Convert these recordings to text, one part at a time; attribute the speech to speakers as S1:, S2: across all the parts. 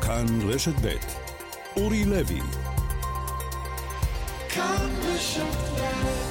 S1: כאן רשת ב' אורי לוי.
S2: כאן רשת ב'.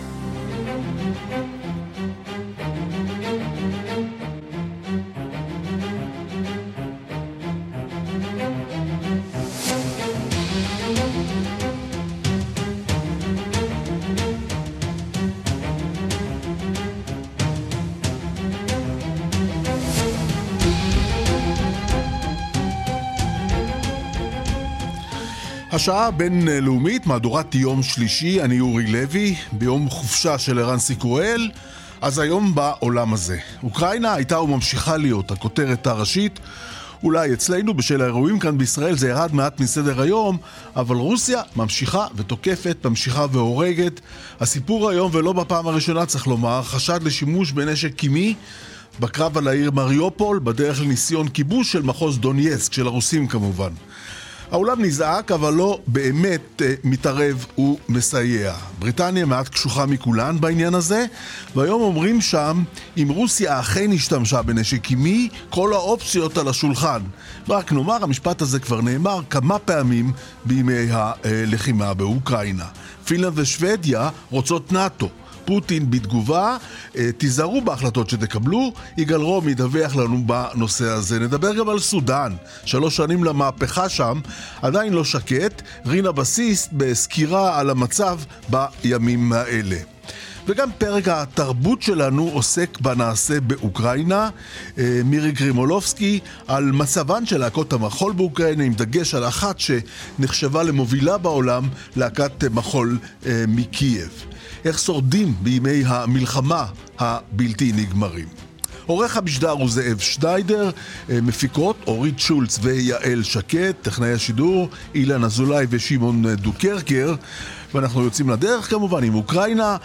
S3: השעה בינלאומית, מהדורת יום שלישי, אני אורי לוי, ביום חופשה של ערן סיקורל. אז היום בעולם הזה. אוקראינה הייתה וממשיכה להיות הכותרת הראשית. אולי אצלנו בשל האירועים כאן בישראל זה ירד מעט מסדר היום, אבל רוסיה ממשיכה ותוקפת, ממשיכה והורגת. הסיפור היום, ולא בפעם הראשונה צריך לומר, חשד לשימוש בנשק קימי בקרב על העיר מריופול, בדרך לניסיון כיבוש של מחוז דונייצק, של הרוסים כמובן. העולם נזעק, אבל לא באמת מתערב ומסייע. בריטניה מעט קשוחה מכולן בעניין הזה, והיום אומרים שם, אם רוסיה אכן השתמשה בנשק קימי, כל האופציות על השולחן. רק נאמר, המשפט הזה כבר נאמר כמה פעמים בימי הלחימה באוקראינה. פינלנד ושוודיה רוצות נאטו. פוטין בתגובה, תיזהרו בהחלטות שתקבלו. יגאל רום ידווח לנו בנושא הזה. נדבר גם על סודן, 3 שנים למהפכה שם, עדיין לא שקט. רינה בסיסט בסקירה על המצב בימים האלה. וגם פרק התרבות שלנו עוסק בנעשה באוקראינה. מירי גרימולובסקי על מצבן של להקות המחול באוקראינה, עם דגש על אחת שנחשבה למובילה בעולם, להקת מחול מקייב. איך שורדים בימי המלחמה הבלתי נגמרים. עורך המשדר הוא זאב שניידר, מפיקות אורית שולץ ויעל שקט, טכנאי השידור אילן אזולאי ושמעון דוקרקר, ואנחנו יוצאים לדרך כמובן עם אוקראינה.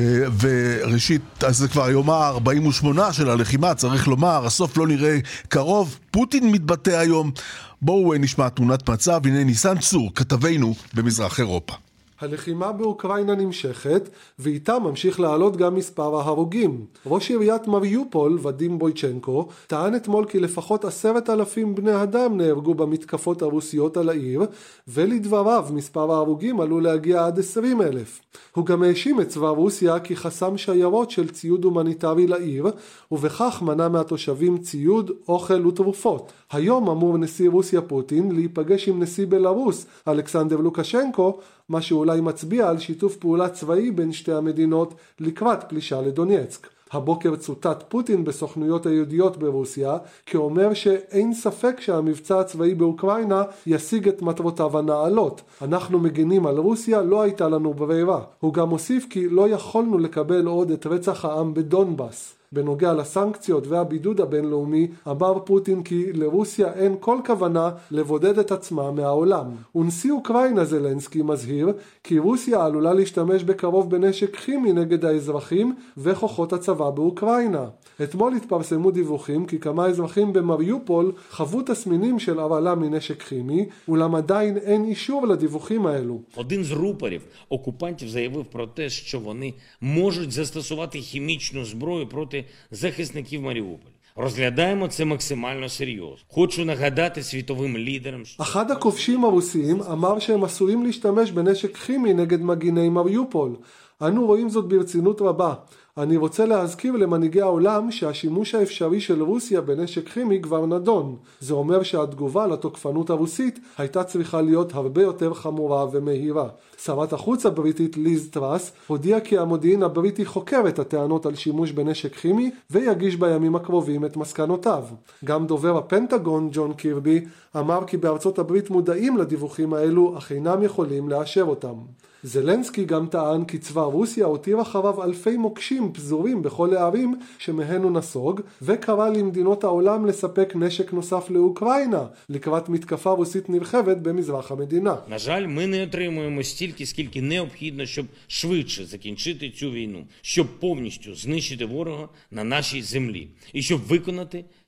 S3: וראשית, אז זה כבר היום ה-48 של הלחימה, צריך לומר, הסוף לא נראה קרוב. פוטין מתבטא היום. בואו נשמע תמונת מצב. הנה ניסן צור, כתבנו במזרח אירופה.
S4: הלחימה באוקראינה נמשכת, ואיתה ממשיך לעלות גם מספר ההרוגים. ראש עיריית מריופול, ודים בויצ'נקו, טען אתמול כי לפחות 10,000 בני אדם נהרגו במתקפות הרוסיות על העיר, ולדבריו מספר ההרוגים עלול להגיע עד 20,000. הוא גם האשים את צבא רוסיה כי חסם שיירות של ציוד הומניטרי לעיר, ובכך מנע מהתושבים ציוד, אוכל ותרופות. היום אמור נשיא רוסיה פוטין להיפגש עם נשיא בלרוס, אלכסנדר לוקשנקו, מה שאולי מצביע על שיתוף פעולה צבאי בין שתי המדינות לקראת פלישה לדונייצק. הבוקר צוטט פוטין בסוכנויות היהודיות ברוסיה, כאומר שאין ספק שהמבצע הצבאי באוקראינה ישיג את מטרותיו הנעלות. אנחנו מגנים על רוסיה, לא הייתה לנו ברירה. הוא גם הוסיף כי לא יכולנו לקבל עוד את רצח העם בדונבאס. בנוגע לסנקציות והבידוד הבינלאומי, אמר פוטין כי לרוסיה אין כל כוונה לבודד את עצמה מהעולם. ונשיא אוקראינה זלנסקי מזהיר כי רוסיה עלולה להשתמש בקרוב בנשק כימי נגד האזרחים וכוחות הצבא באוקראינה. אתמול התפרסמו דיווחים כי כמה אזרחים במריופול חוו תסמינים של הרעלה מנשק כימי, אולם עדיין אין אישור לדיווחים האלו.
S5: Один з рупорів окупантів заявив про те, що вони можуть застосувати хімічну зброю проти захисників Маріуполя. розглядаємо це максимально серйозно. хочу нагадати світовим лідерам.
S4: אחד הכובשים הרוסיים אמר שהם עשויים להשתמש בנשק כימי נגד מגיני מריופול. אנו רואים זאת ברצינות רבה. אני רוצה להזכיר למנהיגי העולם שהשימוש האפשרי של רוסיה בנשק כימי כבר נדון. זה אומר שהתגובה לתוקפנות הרוסית הייתה צריכה להיות הרבה יותר חמורה ומהירה. שרת החוץ הבריטית ליז טראס הודיעה כי המודיעין הבריטי חוקר את הטענות על שימוש בנשק כימי ויגיש בימים הקרובים את מסקנותיו. גם דובר הפנטגון ג'ון קירבי אמר כי בארצות הברית מודעים לדיווחים האלו אך אינם יכולים לאשר אותם. זלנסקי גם טען כי צבא רוסיה הותיר אחריו אלפי מוקשים פזורים בכל הערים שמהן הוא נסוג, וקרא למדינות העולם לספק נשק נוסף לאוקראינה לקראת מתקפה רוסית נרחבת במזרח המדינה.
S5: На жаль, ми не отримуємо стільки, скільки необхідно, щоб швидше закінчити цю війну, щоб повністю знищити ворога на нашій землі і щоб виконати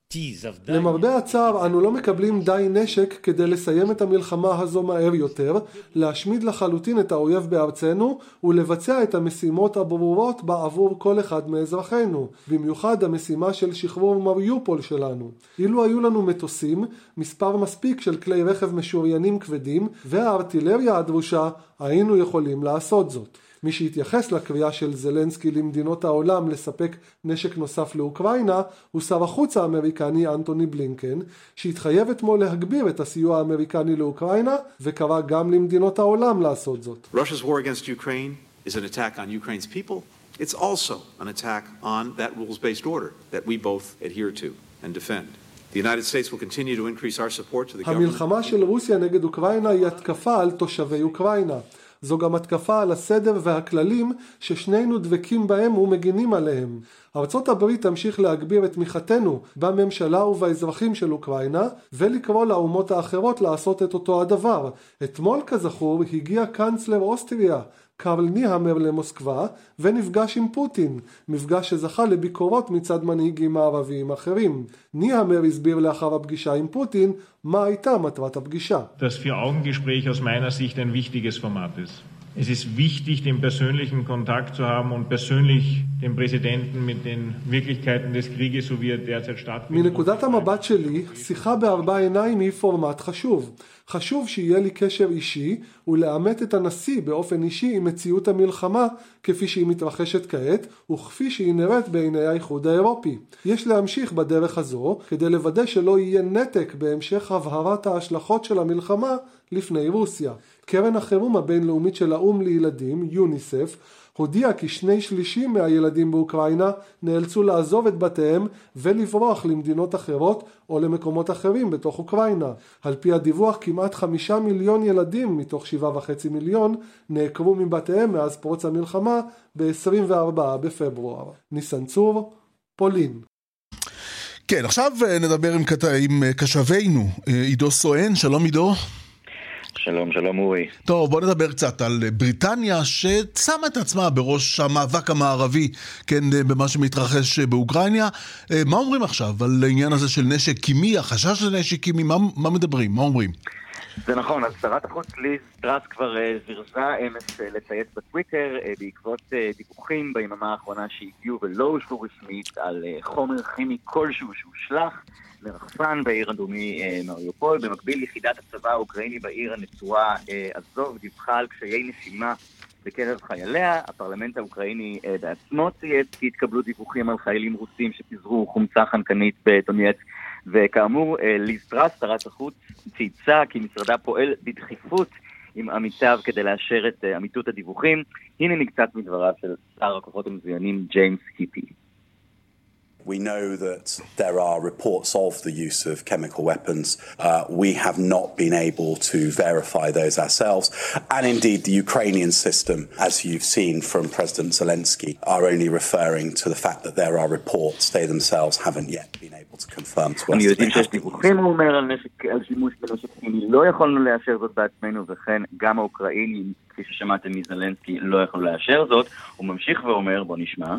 S4: למרבה הצער, אנו לא מקבלים די נשק כדי לסיים את המלחמה הזו מהר יותר, להשמיד לחלוטין את האויב בארצנו ולבצע את המשימות הברורות בעבור כל אחד מאזרחינו, במיוחד המשימה של שחרור מריופול שלנו. אילו היו לנו מטוסים, מספר מספיק של כלי רכב משוריינים כבדים והארטילריה הדרושה, היינו יכולים לעשות זאת. מי שהתייחס לקריאה של זלנסקי למדינות העולם לספק נשק נוסף לאוקראינה הוא שר החוץ האמריקני אנטוני בלינקן, שהתחייב אתמול להגביר את הסיוע האמריקני לאוקראינה וקרא גם למדינות העולם לעשות זאת.
S6: Russia's war against Ukraine is an attack on Ukraine's people. It's also an attack on that rules-based order that we both adhere to and defend. The United States will continue to increase our support to the government.
S4: המלחמה של רוסיה נגד אוקראינה היא התקפה על תושבי אוקראינה. זו גם התקפה על הסדר והכללים ששנינו דבקים בהם ומגינים עליהם. ארצות הברית תמשיך להגביר את תמיכתנו בממשלה ובאזרחים של אוקראינה ולקרוא לאומות האחרות לעשות את אותו הדבר. אתמול כזכור הגיע קנצלר אוסטריה קרל ניהמר למוסקבה ונפגש עם פוטין, מפגש שזכה לביקורות מצד מנהיגים הערביים אחרים. ניהמר הסביר לאחר הפגישה עם פוטין מה הייתה מטרת הפגישה.
S7: Das Vier-Augen-Gespräch aus meiner Sicht ein wichtiges Format ist. Es ist wichtig, den persönlichen Kontakt zu haben und persönlich den Präsidenten mit den Wirklichkeiten des Krieges, so wie er derzeit stattfindet.
S4: מנקודת המבט שלי, שיחה בארבע עיניים היא פורמט חשוב. חשוב שיהיה לי קשר אישי ולאמת את הנשיא באופן אישי עם מציאות המלחמה כפי שהיא מתרחשת כעת וכפי שהיא נראית בעיני האיחוד האירופי. יש להמשיך בדרך הזו כדי לוודא שלא יהיה נתק בהמשך הבהרת ההשלכות של המלחמה לפני רוסיה. קרן החירום הבינלאומית של האו"ם לילדים, יוניסף, הודיע כי 2/3 מהילדים באוקראינה נאלצו לעזוב את בתיהם ולברוח למדינות אחרות או למקומות אחרים בתוך אוקראינה. על פי הדיווח, כמעט 5 מיליון ילדים מתוך 7.5 מיליון נעקרו מבתיהם מאז פרוץ המלחמה ב-24 בפברואר. ניסן צור, פולין.
S3: כן, עכשיו נדבר עם קשבינו, עידו סואן. שלום עידו.
S8: שלום, שלום אורי.
S3: טוב, בוא נדבר קצת על בריטניה ששמה את עצמה בראש המאבק המערבי, כן, במה שמתרחש באוקראינה. מה אומרים עכשיו על העניין הזה של נשק קימי, החשש של נשק קימי? מה מדברים? מה אומרים?
S8: זה נכון, אז שרת החוץ ליז טראס כבר זרזה אמש לצייץ בטוויטר בעקבות דיווחים ביממה האחרונה שהגיעו ולא הושלו רשמית על חומר כימי כלשהו שהושלך מרחפן בעיר הדרומי מריופול. במקביל, יחידת הצבא האוקראיני בעיר הנצורה עזוב דיווחה על קשיי נשימה בקרב חייליה. הפרלמנט האוקראיני בעצמו צייץ כי התקבלו דיווחים על חיילים רוסים שפיזרו חומצה חנקנית בדונייצק, וכאמור ליז טראס, שרת החוץ, צייצה כי משרדה פועל בדחיפות עם עמיתיו כדי לאשר את אמיתות הדיווחים. הנה מקצת מדבריו של שר הכוחות המזוינים ג'יימס היפי.
S9: We know that there are reports of the use of chemical weapons. We have not been able to verify those ourselves. And indeed, the Ukrainian system, as you've seen from President Zelensky, are only referring to the fact that there are reports. They themselves haven't yet been able to confirm to us.
S8: אני יודעים שיש דיווחים, הוא אומר, על שימוש בנשק כימי. לא יכולנו לאשר זאת בעצמנו, וכן גם האוקראינים, כפי ששמעתם מזלנסקי, לא יכולנו לאשר זאת. הוא ממשיך ואומר, בוא נשמע.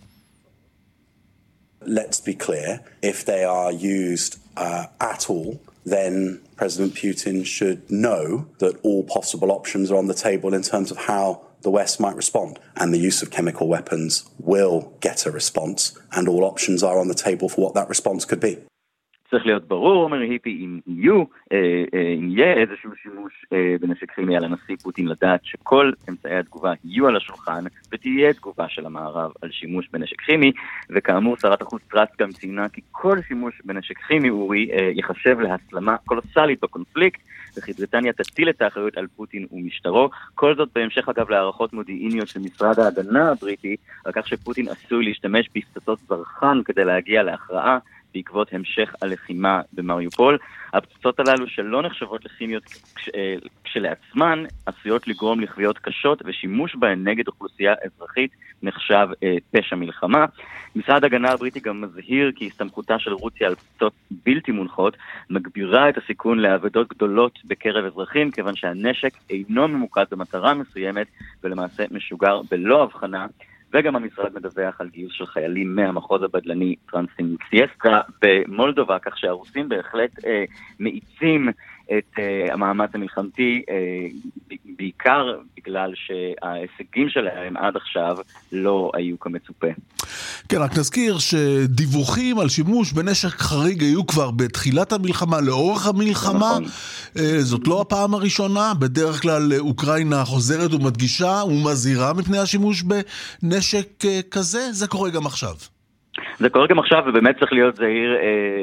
S9: Let's be clear, if they are used at all, then President Putin should know that all possible options are on the table in terms of how the West might respond. And the use of chemical weapons will get a response, and all options are on the table for what that response could be.
S8: צריך להיות ברור, אומר היפי, אם יהיה איזשהו שימוש בנשק כימי על הנשיא פוטין לדעת שכל אמצעי התגובה יהיו על השולחן ותהיה תגובה של המערב על שימוש בנשק כימי. וכאמור, שרת החוץ טראס גם ציינה כי כל שימוש בנשק כימי, אורי, יחשב להסלמה קולוסלית בקונפליקט, וכי בריטניה תטיל את האחריות על פוטין ומשטרו. כל זאת בהמשך אגב להערכות מודיעיניות של משרד ההגנה הבריטי על כך שפוטין עשוי להשתמש בפצצות זרחן כדי להגיע להכרעה בעקבות המשך הלחימה במריופול. הפצצות הללו שלא נחשבות לכימיות כשלעצמן עשויות לגרום לחוויות קשות, ושימוש בהן נגד אוכלוסייה אזרחית נחשב פשע מלחמה. משרד ההגנה הבריטי גם מזהיר כי הסתמכותה של רוסיה על פצצות בלתי מונחות מגבירה את הסיכון לאבדות גדולות בקרב אזרחים, כיוון שהנשק אינו ממוקד במטרה מסוימת ולמעשה משוגר בלא הבחנה. וגם המשרד מדווח על גיוס של חיילים מהמחוז הבדלני טרנסניסטריה במולדובה, כך שהרוסים בהחלט מאיצים את המאמץ המלחמתי, בעיקר בגלל שההישגים שלהם עד עכשיו לא היו כמצופה.
S3: כן, רק נזכיר שדיווחים על שימוש בנשק חריג היו כבר בתחילת המלחמה, לאורך המלחמה.
S8: נכון.
S3: זאת לא הפעם הראשונה, בדרך כלל אוקראינה חוזרת ומדגישה ומזהירה מפני השימוש בנשק כזה, זה קורה גם עכשיו.
S8: זה קורה גם עכשיו, ובאמת צריך להיות זהיר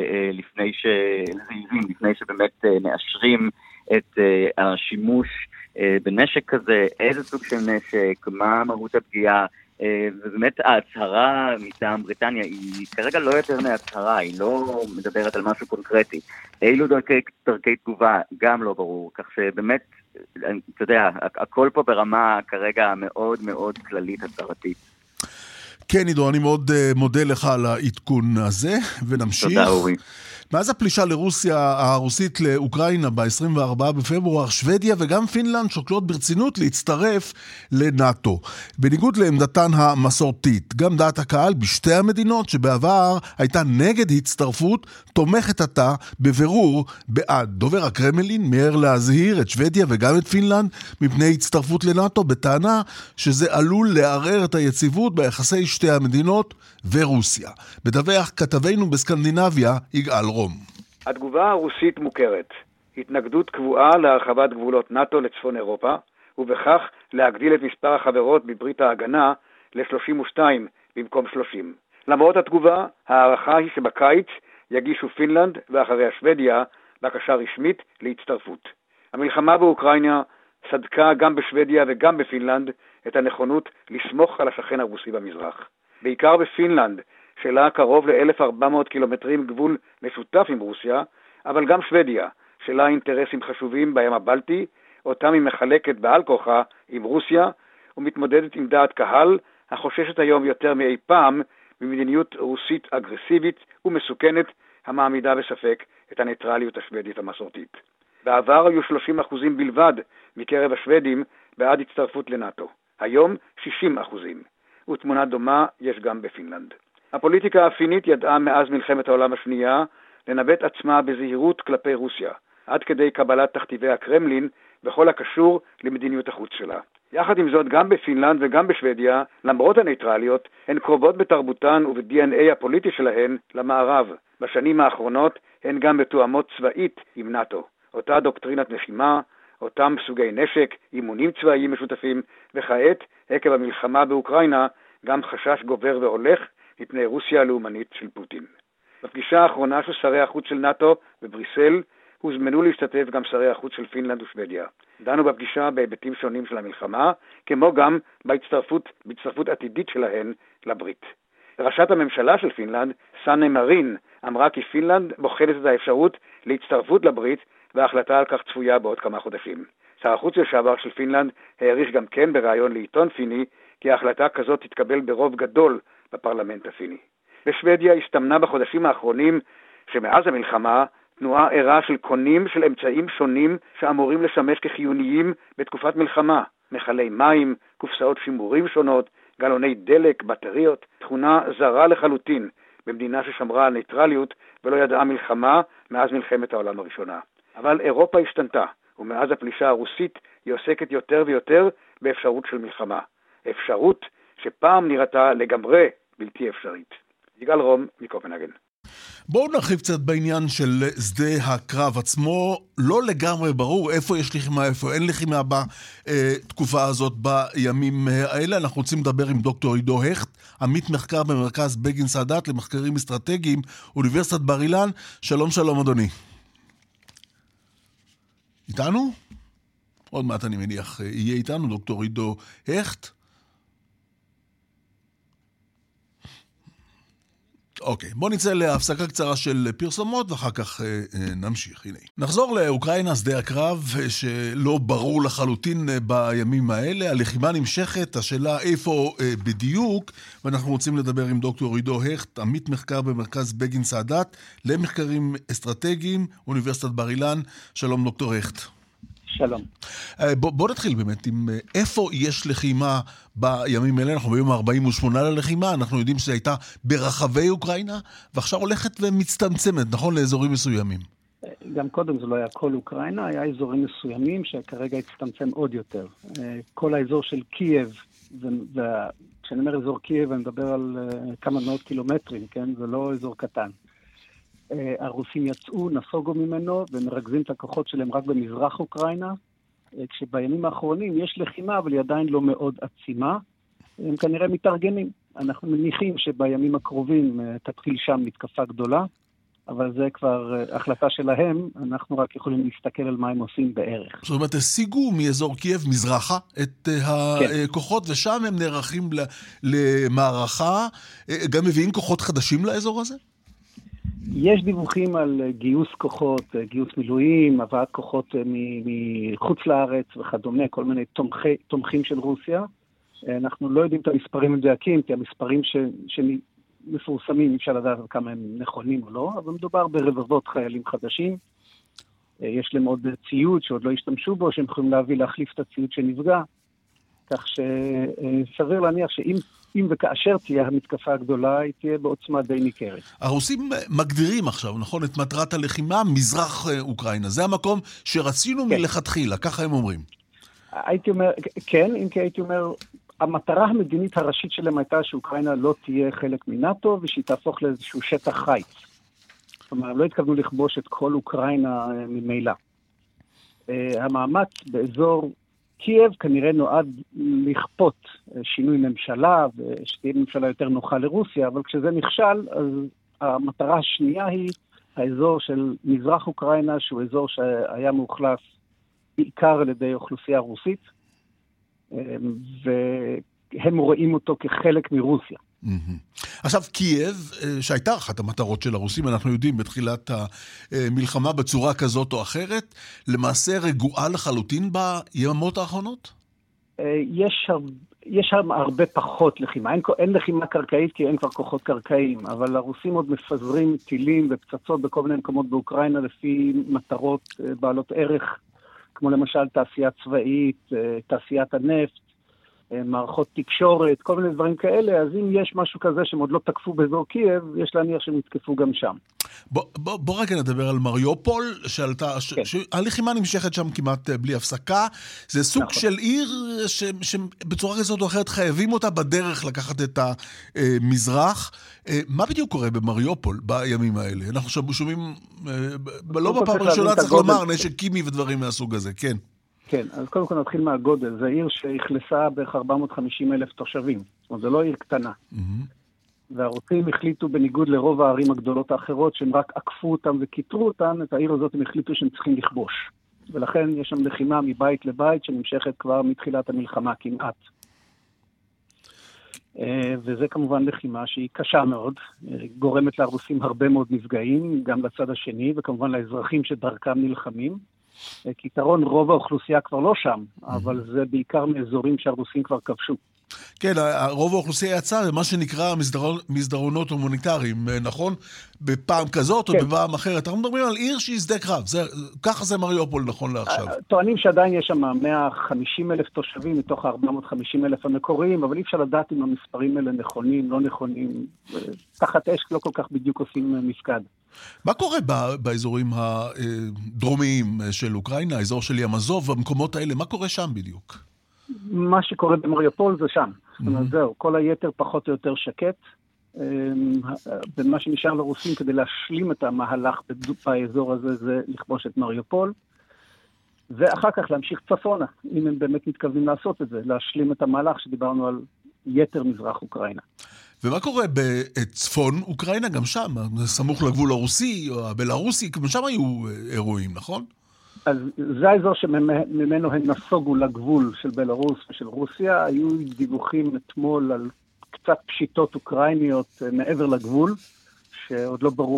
S8: לפני שבאמת מאשרים את השימוש בנשק כזה, איזה סוג של נשק, מה מהות הפגיעה, ובאמת ההצהרה מטעם בריטניה היא כרגע לא יותר מהצהרה, היא לא מדברת על משהו קונקרטי. אילו דרכי תגובה גם לא ברור, כך שבאמת, אתה יודע, הכל פה ברמה כרגע מאוד מאוד כללית הצהרתית.
S3: כן, עידו, אני מאוד מודה לך על העדכון הזה, ונמשיך.
S8: תודה, אורי.
S3: מאז הפלישה הרוסית לאוקראינה ב-24 בפברואר, שוודיה וגם פינלנד שוקלות ברצינות להצטרף לנאטו. בניגוד לעמדתן המסורתית, גם דעת הקהל בשתי המדינות שבעבר הייתה נגד הצטרפות, תומכת עתה בבירור בעד. דובר הקרמלין מיהר להזהיר את שוודיה וגם את פינלנד מפני הצטרפות לנאטו, בטענה שזה עלול לערער את היציבות ביחסי שתי המדינות ורוסיה. מדווח כתבנו בסקנדינביה, יגאל רום.
S10: התגובה הרוסית מוכרת. התנגדות קבועה להרחבת גבולות נאטו לצפון אירופה, ובכך להגדיל את מספר החברות בברית ההגנה ל-32 במקום 30. למרות התגובה, הערכה היא שבקיץ יגישו פינלנד ואחריה שוודיה בקשה רשמית להצטרפות. המלחמה באוקראינה סדקה גם בשוודיה וגם בפינלנד את הנכונות לסמוך על השכן הרוסי במזרח. בעיקר בפינלנד, שלה קרוב ל-1,400 קילומטרים גבול משותף עם רוסיה, אבל גם שוודיה, שלה אינטרסים חשובים בים הבלטי, אותם היא מחלקת בעל כוחה עם רוסיה, ומתמודדת עם דעת קהל, החוששת היום יותר מאי פעם ממדיניות רוסית אגרסיבית ומסוכנת, המעמידה בספק את הניטרליות השוודית המסורתית. בעבר היו 30% בלבד מקרב השוודים בעד הצטרפות לנאטו. היום 60%. ותמונה דומה יש גם בפינלנד. הפוליטיקה הפינית ידעה מאז מלחמת העולם השנייה לנווט עצמה בזהירות כלפי רוסיה, עד כדי קבלת תכתיבי הקרמלין בכל הקשור למדיניות החוץ שלה. יחד עם זאת, גם בפינלנד וגם בשוודיה, למרות הניטרליות, הן קרובות בתרבותן וב-DNA הפוליטי שלהן למערב. בשנים האחרונות הן גם מתואמות צבאית עם נאטו. אותה דוקטרינת נחימה, אותם סוגי נשק, אימונים צבאיים משותפים, וכעת, עקב המלחמה באוקראינה, גם חשש גובר והולך מפני רוסיה הלאומנית של פוטין. בפגישה האחרונה של שרי החוץ של נאטו בבריסל, הוזמנו להשתתף גם שרי החוץ של פינלנד ושוודיה. דנו בפגישה בהיבטים שונים של המלחמה, כמו גם בהצטרפות עתידית שלהן לברית. ראשת הממשלה של פינלנד, סאנה מרין, אמרה כי פינלנד בוחנת את האפשרות להצטרפות לברית, וההחלטה על כך צפויה בעוד כמה חודשים. שר החוץ לשעבר של פינלנד העריך גם כן בראיון לעיתון פיני, כי ההחלטה כזאת תתקבל ברוב גדול בפרלמנט הפיני. בשוודיה הסתמנה בחודשים האחרונים שמאז המלחמה תנועה ערה של קונים של אמצעים שונים שאמורים לשמש כחיוניים בתקופת מלחמה. מחלי מים, קופסאות שימורים שונות, גלוני דלק, בטריות, תכונה זרה לחלוטין במדינה ששמרה על ניטרליות ולא ידעה מלחמה מאז מלחמת העולם הראשונה. אבל אירופה השתנתה, ומאז הפלישה הרוסית היא עוסקת יותר ויותר באפשרות של מלחמה. אפשרות שפעם נראתה לגמרי בלתי אפשרית. יגאל רום מקופנהגן.
S3: בואו נרחיב קצת בעניין של שדה הקרב עצמו. לא לגמרי ברור איפה יש לחימה, איפה אין לחימה בתקופה הזאת בימים האלה. אנחנו רוצים לדבר עם דוקטור עידו הכט, עמית מחקר במרכז בגין סאדאת למחקרים אסטרטגיים, אוניברסיטת בר אילן. שלום שלום אדוני. איתנו? עוד מעט אני מניח יהיה איתנו דוקטור עידו הכט. אוקיי, בוא נצא להפסקה קצרה של פרסומות ואחר כך נמשיך. הנה. נחזור לאוקראינה, שדה הקרב, שלא ברור לחלוטין בימים האלה. הלחימה נמשכת, השאלה איפה בדיוק, ואנחנו רוצים לדבר עם דוקטור עידו הכט, עמית מחקר במרכז בגין סאדאת למחקרים אסטרטגיים, אוניברסיטת בר אילן. שלום דוקטור הכט.
S11: שלום.
S3: בוא נתחיל באמת עם איפה יש לחימה בימים האלה. אנחנו ביום 48 ללחימה, אנחנו יודעים שזה הייתה ברחבי אוקראינה, ועכשיו הולכת ומצטמצמת, נכון? לאזורים מסוימים.
S11: גם קודם זה לא היה כל אוקראינה, היה אזורים מסוימים שכרגע הצטמצם עוד יותר. כל האזור של קייב, כשאני אומר אזור קייב, אני מדבר על כמה מאות קילומטרים, כן? זה לא אזור קטן. הרוסים יצאו, נסוגו ממנו, ומרכזים את הכוחות שלהם רק במזרח אוקראינה, כשבימים האחרונים יש לחימה, אבל היא עדיין לא מאוד עצימה. הם כנראה מתארגנים. אנחנו מניחים שבימים הקרובים תתחיל שם מתקפה גדולה, אבל זה כבר החלטה שלהם, אנחנו רק יכולים להסתכל על מה הם עושים בערך.
S3: זאת אומרת, השיגו מאזור קייב מזרחה את הכוחות, ושם הם נערכים למערכה, גם מביאים כוחות חדשים לאזור הזה?
S11: יש דיווחים על גיוס כוחות, גיוס מילואים, הבאת כוחות מחוץ לארץ וכדומה, כל מיני תומכים של רוסיה. אנחנו לא יודעים את המספרים מדויקים, כי המספרים שמפורסמים, אפשר לדעת כמה הם נכונים או לא, אבל מדובר ברבבות חיילים חדשים. יש להם עוד ציוד שעוד לא השתמשו בו, שהם יכולים להחליף את הציוד שנפגע. כך שסביר להניח שאם וכאשר תהיה המתקפה הגדולה, היא תהיה בעוצמה די ניכרת.
S3: הרוסים מגדירים עכשיו, נכון, את מטרת הלחימה, מזרח אוקראינה. זה המקום שרצינו מלכתחילה, ככה הם אומרים.
S11: הייתי אומר, כן, אם כי הייתי אומר, המטרה המדינית הראשית שלהם הייתה שאוקראינה לא תהיה חלק מנאטו, ושהיא תהפוך לאיזשהו שטח חיץ. זאת אומרת, לא התכוונו לכבוש את כל אוקראינה ממילא. המאמץ באזור קייב כנראה נועד לכפות שינוי ממשלה, ושתהיה ממשלה יותר נוחה לרוסיה, אבל כשזה נכשל, אז המטרה השנייה היא האזור של מזרח אוקראינה, שהוא אזור שהיה מאוכלס בעיקר על ידי אוכלוסייה רוסית, והם רואים אותו כחלק מרוסיה.
S3: עכשיו, קייב, שהייתה אחת המטרות של הרוסים, אנחנו יודעים בתחילת המלחמה בצורה כזאת או אחרת, למעשה רגועה לחלוטין ביממות האחרונות?
S11: יש שם הרבה פחות לחימה. אין לחימה קרקעית כי אין כבר כוחות קרקעיים, אבל הרוסים עוד מפזרים טילים ופצצות בכל מיני מקומות באוקראינה לפי מטרות בעלות ערך, כמו למשל תעשייה צבאית, תעשיית הנפט, מערכות תקשורת, כל מיני דברים כאלה, אז אם יש משהו כזה שהם עוד לא תקפו באזור קייב, יש להניח שהם יתקפו גם שם.
S3: בוא רגע נדבר על מריופול, הלחימה נמשכת שם כמעט בלי הפסקה, זה סוג של עיר שבצורה כזאת או אחרת חייבים אותה בדרך לקחת את המזרח. מה בדיוק קורה במריופול בימים האלה? אנחנו שומעים, לא בפעם ראשונה צריך לומר, נשק קימי ודברים מהסוג הזה, כן.
S11: כן, אז קודם כל נתחיל מהגודל. זה עיר שהכלסה בערך 450,000 תושבים. זאת אומרת, זה לא עיר קטנה. והרוסים החליטו, בניגוד לרוב הערים הגדולות האחרות, שהם רק עקפו אותם וכיתרו אותם, את העיר הזאת הם החליטו שהם צריכים לכבוש. ולכן יש שם לחימה מבית לבית, שנמשכת כבר מתחילת המלחמה כמעט. וזה כמובן לחימה שהיא קשה מאוד, גורמת לרוסים הרבה מאוד נפגעים, גם לצד השני, וכמובן לאזרחים שדרכם נלחמים. כיתרון רוב האוכלוסייה כבר לא שם, אבל זה בעיקר מאזורים שהרוסים כבר כבשו.
S3: כן, רוב האוכלוסייה יצא במה שנקרא מסדרונות הומניטריים, נכון? בפעם כזאת או בפעם אחרת. אנחנו מדברים על עיר שהיא שדה קרב. ככה זה מריופול נכון לעכשיו.
S11: טוענים שעדיין יש שם 150,000 תושבים מתוך 450,000 המקוריים, אבל אי אפשר לדעת אם המספרים האלה נכונים, לא נכונים. תחת אש לא כל כך בדיוק עושים מפקד.
S3: מה קורה באזורים הדרומיים של אוקראינה, האזור של ים אזוב, המקומות האלה? מה קורה שם בדיוק?
S11: מה שקורה במריופול זה שם. זאת אומרת, זהו, כל היתר פחות או יותר שקט. ומה שנשאר לרוסים כדי להשלים את המהלך באזור הזה זה לכבוש את מריופול. ואחר כך להמשיך צפונה, אם הם באמת מתכוונים לעשות את זה, להשלים את המהלך שדיברנו על יתר מזרח אוקראינה.
S3: ומה קורה בצפון אוקראינה? גם שם, סמוך לגבול הרוסי או הבלרוסי, גם שם היו אירועים, נכון?
S11: אז זה האזור שממנו הם נסוגו לגבול של בלרוס ושל רוסיה. היו דיווחים אתמול על קצת פשיטות אוקראיניות מעבר לגבול, שעוד לא ברור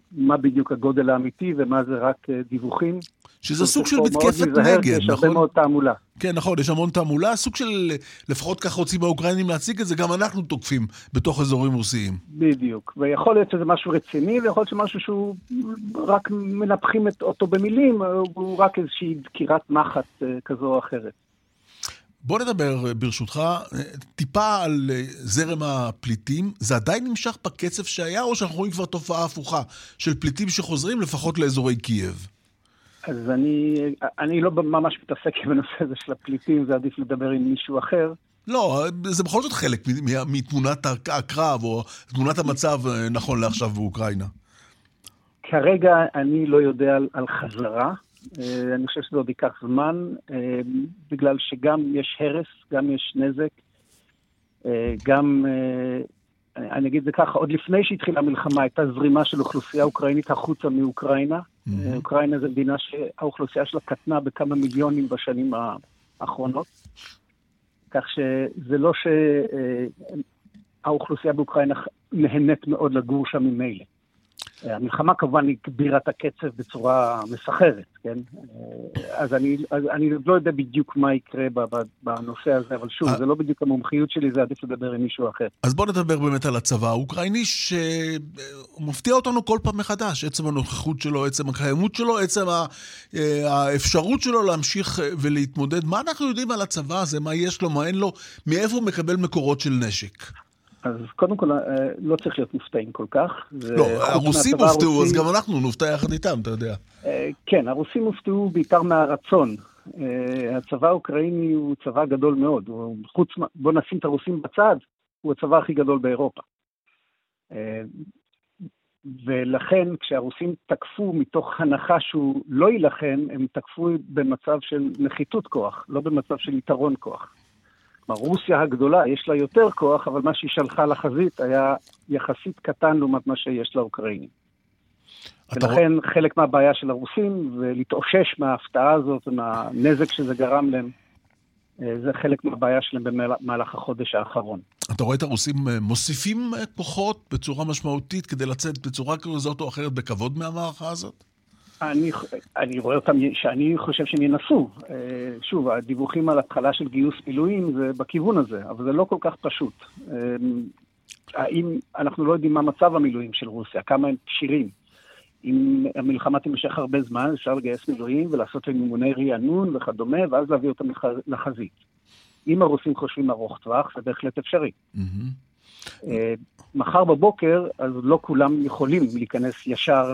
S11: מה בדיוק הגודל האמיתי ומה זה רק דיווחים.
S3: שזה סוג של מתקפת נגד,
S11: יש נכון? הרבה מאוד תעמולה.
S3: כן, נכון, יש המון תעמולה, סוג של, לפחות כך רוצים האוקראינים להציג את זה, גם אנחנו תוקפים בתוך אזורים רוסיים.
S11: בדיוק, ויכול להיות שזה משהו רציני, ויכול להיות שמשהו שהוא רק מנפחים אותו במילים, הוא רק איזושהי דקירת מחט כזו או אחרת.
S3: בוא נדבר ברשותך טיפה על זרם הפליטים. זה עדיין נמשך בקצב שהיה, או שאנחנו רואים כבר תופעה הפוכה של פליטים שחוזרים לפחות לאזורי קייב?
S11: אז אני לא ממש מתעסק בנושא הזה של הפליטים, זה עדיף לדבר עם מישהו אחר.
S3: לא, זה בכל זאת חלק מתמונת הקרב, או תמונת המצב נכון לעכשיו באוקראינה.
S11: כרגע אני לא יודע על חזרה. אני חושב שזה עוד ייקח זמן, בגלל שגם יש הרס, גם יש נזק, גם, אני אגיד זה ככה, עוד לפני שהתחילה המלחמה, הייתה זרימה של אוכלוסייה אוקראינית החוצה מאוקראינה. אוקראינה זה מדינה שהאוכלוסייה שלה קטנה בכמה מיליונים בשנים האחרונות, כך שזה לא שהאוכלוסייה באוקראינה נהנית מאוד לגור שם ממילא. המלחמה כמובן הגבירה את הקצב בצורה מסחרת, כן? אז אני לא יודע בדיוק מה יקרה בנושא הזה, אבל שוב, זה לא בדיוק המומחיות שלי, זה עדיף לדבר עם מישהו אחר.
S3: אז בוא נדבר באמת על הצבא האוקראיני, שמפתיע אותנו כל פעם מחדש, עצם הנוכחות שלו, עצם הקיימות שלו, עצם האפשרות שלו להמשיך ולהתמודד. מה אנחנו יודעים על הצבא הזה? מה יש לו, מה אין לו? מאיפה הוא מקבל מקורות של נשק?
S11: אז קודם כל, לא צריך להיות מופתעים כל כך.
S3: לא, הרוסים הופתעו, אז גם אנחנו נופתע יחד איתם, אתה יודע.
S11: כן, הרוסים הופתעו בעיקר מהרצון. הצבא האוקראיני הוא צבא גדול מאוד. בוא נשים את הרוסים בצד, הוא הצבא הכי גדול באירופה. ולכן, כשהרוסים תקפו מתוך הנחה שהוא לא ילחם, הם תקפו במצב של נחיתות כוח, לא במצב של יתרון כוח. רוסיה הגדולה, יש לה יותר כוח, אבל מה שהיא שלחה לחזית היה יחסית קטן לעומת מה שיש לאוקראינים. ולכן חלק מהבעיה של הרוסים, ולהתאושש מההפתעה הזאת, מהנזק שזה גרם להם, זה חלק מהבעיה שלהם במהלך החודש האחרון.
S3: אתה רואה את הרוסים מוסיפים כוחות בצורה משמעותית, כדי לצאת בצורה כזאת או אחרת בכבוד מהמערכה הזאת?
S11: אני רואה אותם, שאני חושב שהם ינסו. שוב, הדיווחים על התחלה של גיוס מילואים זה בכיוון הזה, אבל זה לא כל כך פשוט. אנחנו לא יודעים מה מצב המילואים של רוסיה, כמה הם כשירים. אם המלחמה תמשך הרבה זמן, אפשר לגייס מילואים ולעשות להם אימוני רענון וכדומה, ואז להביא אותם לחזית. אם הרוסים חושבים ארוך טווח, זה בהחלט אפשרי. מחר בבוקר, אז לא כולם יכולים להיכנס ישר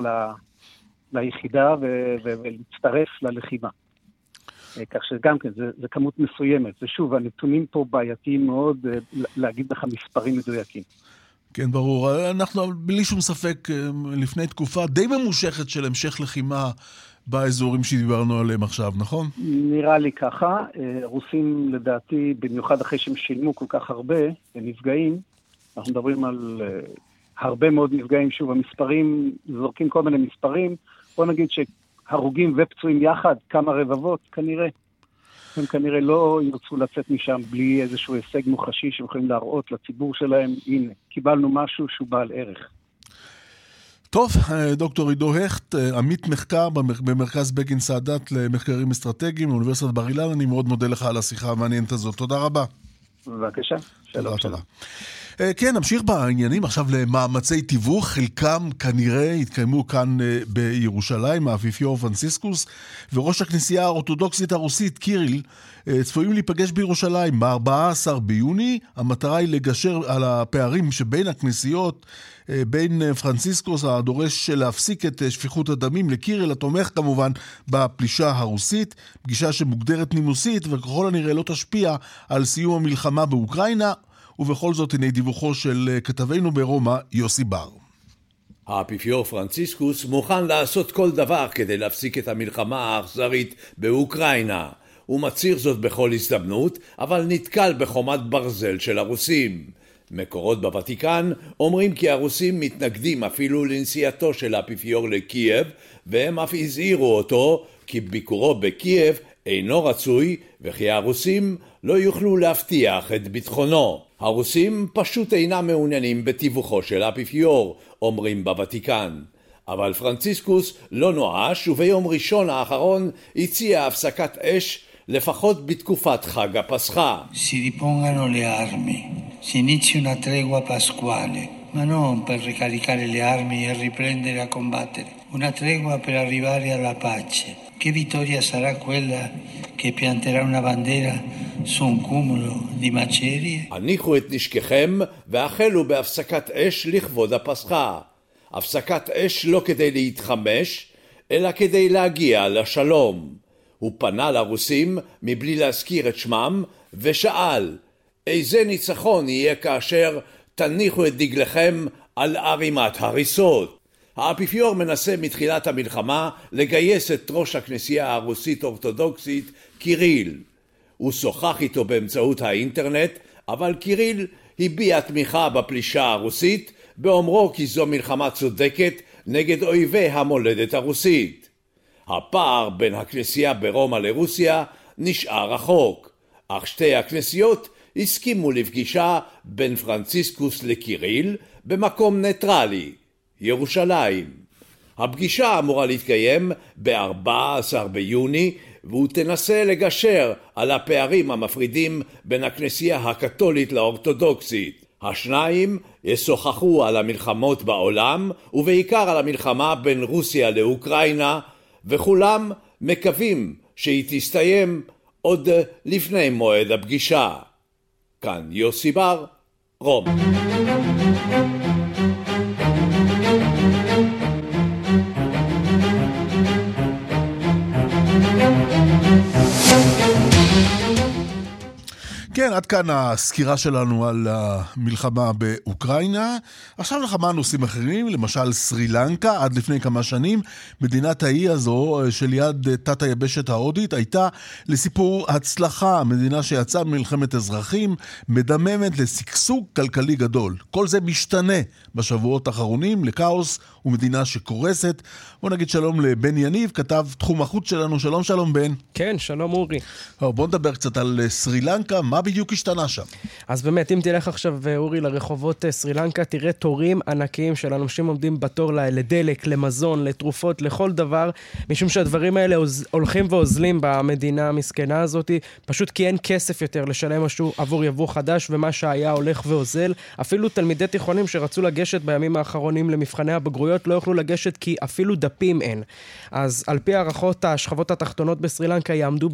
S11: ליחידה ולהצטרף ללחימה. כך שגם כן, זה כמות מסוימת. ושוב, הנתונים פה בעייתיים מאוד להגיד לך מספרים מדויקים.
S3: כן, ברור. אנחנו בלי שום ספק לפני תקופה די ממושכת של המשך לחימה באזורים שדיברנו עליהם עכשיו, נכון?
S11: נראה לי ככה. רוסים לדעתי, במיוחד אחרי שהם שילמו כל כך הרבה נפגעים, אנחנו מדברים על הרבה מאוד נפגעים. שוב, המספרים, זורקים כל מיני מספרים, בוא נגיד שהרוגים ופצועים יחד, כמה רבבות, כנראה. הם כנראה לא ירצו לצאת משם בלי איזשהו הישג מוחשי שיכולים להראות לציבור שלהם, הנה, קיבלנו משהו שהוא בעל ערך.
S3: טוב, דוקטור עידו הכט, עמית מחקר במרכז בגין סאדאת למחקרים אסטרטגיים, באוניברסיטת בר אילן, אני מאוד מודה לך על השיחה המעניינת הזאת. תודה רבה.
S11: בבקשה. שלום.
S3: תודה. כן, נמשיך בעניינים עכשיו למאמצי תיווך, חלקם כנראה התקיימו כאן בירושלים, האפיפיור פרנציסקוס וראש הכנסייה האורתודוקסית הרוסית קיריל צפויים להיפגש בירושלים ב-14 ביוני. המטרה היא לגשר על הפערים שבין הכנסיות, בין פרנציסקוס הדורש להפסיק את שפיכות הדמים לקיריל התומך כמובן בפלישה הרוסית, פגישה שמוגדרת נימוסית וככל הנראה לא תשפיע על סיום המלחמה באוקראינה. ובכל זאת הנה דיווחו של כתבנו ברומא יוסי בר.
S12: האפיפיור פרנציסקוס מוכן לעשות כל דבר כדי להפסיק את המלחמה האכזרית באוקראינה. הוא מצהיר זאת בכל הזדמנות, אבל נתקל בחומת ברזל של הרוסים. מקורות בוותיקן אומרים כי הרוסים מתנגדים אפילו לנסיעתו של האפיפיור לקייב, והם אף הזהירו אותו כי ביקורו בקייב אינו רצוי, וכי הרוסים לא יוכלו להבטיח את ביטחונו. הרוסים פשוט אינם מעוניינים בתיווכו של האפיפיור, אומרים בוותיקן. אבל פרנציסקוס לא נואש, וביום ראשון האחרון הציע הפסקת אש לפחות בתקופת חג הפסחה.
S13: Si ripongano le armi, si inizi una tregua pasquale, ma non per ricaricare le armi e riprendere a combattere. Una tregua per arrivare alla pace. Che vittoria sarà quella che pianterà una bandera su un cumulo di macerie?
S12: הניחו את נשככם והחלו בהפסקת אש לכבוד הפסחה. הפסקת אש לא כדי להתחמש, אלא כדי להגיע לשלום. הוא פנה לרוסים מבלי להזכיר את שמם ושאל, איזה ניצחון יהיה כאשר תניחו את דגלכם על ערימת הריסות? האפיפיור מנסה מתחילת המלחמה לגייס את ראש הכנסייה הרוסית אורתודוקסית קיריל. הוא שוחח איתו באמצעות האינטרנט, אבל קיריל הביע תמיכה בפלישה הרוסית באומרו כי זו מלחמה צודקת נגד אויבי המולדת הרוסית. הפער בין הכנסייה ברומא לרוסיה נשאר רחוק, אך שתי הכנסיות הסכימו לפגישה בין פרנציסקוס לקיריל במקום ניטרלי, ירושלים. הפגישה אמורה להתקיים ב-14 ביוני, והוא תנסה לגשר על הפערים המפרידים בין הכנסייה הקתולית לאורתודוקסית. השניים ישוחחו על המלחמות בעולם, ובעיקר על המלחמה בין רוסיה לאוקראינה, וכולם מקווים שהיא תסתיים עוד לפני מועד הפגישה. כאן יוסי בר, רומא.
S3: כן, עד כאן הסקירה שלנו על המלחמה באוקראינה. עכשיו לכמה נושאים אחרים, למשל סרי לנקה. עד לפני כמה שנים מדינת האי הזו שליד תת היבשת ההודית הייתה לסיפור הצלחה, מדינה שיצאה ממלחמת אזרחים, מדממת לסגסוג כלכלי גדול. כל זה משתנה בשבועות האחרונים לכאוס ומדינה שקורסת. בוא נגיד שלום לבן יניב, כתב תחום החוץ שלנו. שלום שלום בן.
S14: כן, שלום אורי.
S3: בוא נדבר קצת על סרי לנקה, מה בדיוק השתנה שם?
S14: אז באמת, אם תלך עכשיו אורי לרחובות סרי לנקה, תראה תורים ענקיים של אנשים עומדים בתור לדלק, למזון, לתרופות, לכל דבר, משום שהדברים האלה הולכים ואוזלים במדינה המסכנה הזאת, פשוט כי אין כסף יותר לשלם משהו עבור יבוא חדש, ומה שהיה הולך ואוזל. אפילו תלמידי תיכונים שרצו לגשת בימים האחרונים למבחני הבגרויות לא יוכלו לגשת כי אפילו דפים אין. אז על פי הערכות, השכבות התחתונות בסרי לנקה יעמדו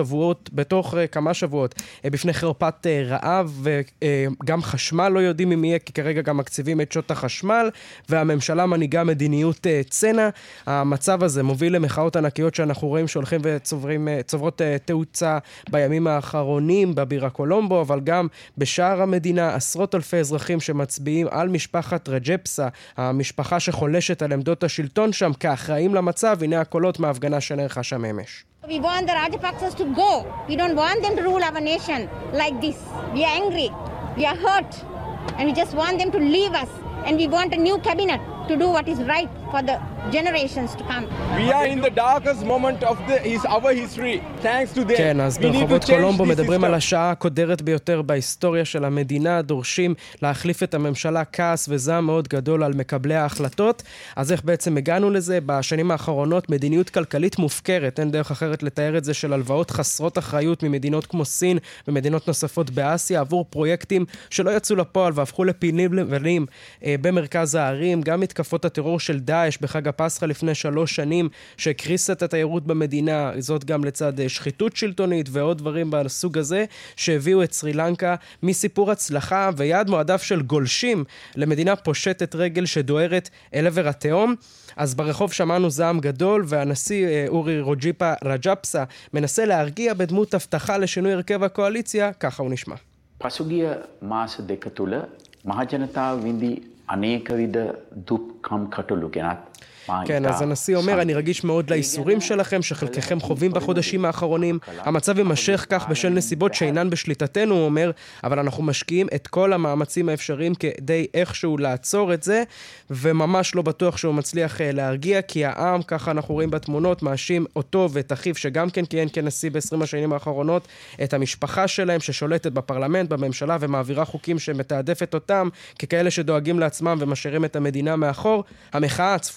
S14: בתוך כמה שבועות בפני חרפת רעב, וגם חשמל לא יודעים אם יהיה, כי כרגע גם מקציבים את שעות החשמל, והממשלה מנהיגה מדיניות צנע. המצב הזה מוביל למחאות ענקיות שאנחנו רואים שהולכים וצוברות תאוצה בימים האחרונים בבירה קולומבו, אבל גם בשאר המדינה עשרות אלפי אזרחים שמצביעים על משפחת רג'פסה, המשפחה שחולשת על עמדות השלטון שם כאחראים למצב. הנה הקולות מההפגנה שנערכה שם אמש.
S15: We want the Rajapaksas to go. We don't want them to rule our nation like this. We are angry. We are hurt. And we just want them to leave us. And we want a new cabinet to do what is right for the generations to come.
S16: We are in the darkest moment of our history. Thanks to them.
S14: כן, אז ברחובות קולומבו מדברים על השעה הקודרת ביותר בהיסטוריה של המדינה, דורשים להחליף את הממשלה, כעס וזעם מאוד גדול על מקבלי ההחלטות. אז איך בעצם הגענו לזה? בשנים האחרונות מדיניות כלכלית מופקרת, אין דרך אחרת לתאר את זה, של הלוואות חסרות אחריות ממדינות כמו סין ומדינות נוספות באסיה עבור פרויקטים שלא יצאו לפועל והפכו לפינים לבנים במרכז הערים. גם מתקפות הטרור של דאעש בחג הפסחא לפני 3 שנים שהקריסה את התיירות במדינה, זאת גם לצד שחיתות שלטונית ועוד דברים בסוג הזה, שהביאו את סרי לנקה מסיפור הצלחה ויעד מועדף של גולשים למדינה פושטת רגל שדוהרת אל עבר התהום. אז ברחוב שמענו זעם גדול, והנשיא אורי רג'פסה מנסה להרגיע בדמות הבטחה לשינוי הרכב הקואליציה. ככה הוא נשמע.
S17: පසුගිය මාස දෙක තුල මහජනතාව විඳි අනේක විද දුක් කම් කටළු ගෙනත්
S14: כן, אז הנשיא אומר, אני רגיש מאוד לאיסורים שלכם, שחלקכם חווים בחודשים האחרונים. המצב יימשך כך בשל נסיבות שאינן בשליטתנו, הוא אומר, אבל אנחנו משקיעים את כל המאמצים האפשריים כדי איכשהו לעצור את זה, וממש לא בטוח שהוא מצליח להרגיע, כי העם, ככה אנחנו רואים בתמונות, מאשים אותו ואת אחיו, שגם כן כיהן כנשיא ב-20 השנים האחרונות, את המשפחה שלהם ששולטת בפרלמנט, בממשלה, ומעבירה חוקים שמתעדפת אותם, ככאלה שדואגים לעצמם ומשאירים את המדינה מאחור. המחאה צפויה להימשך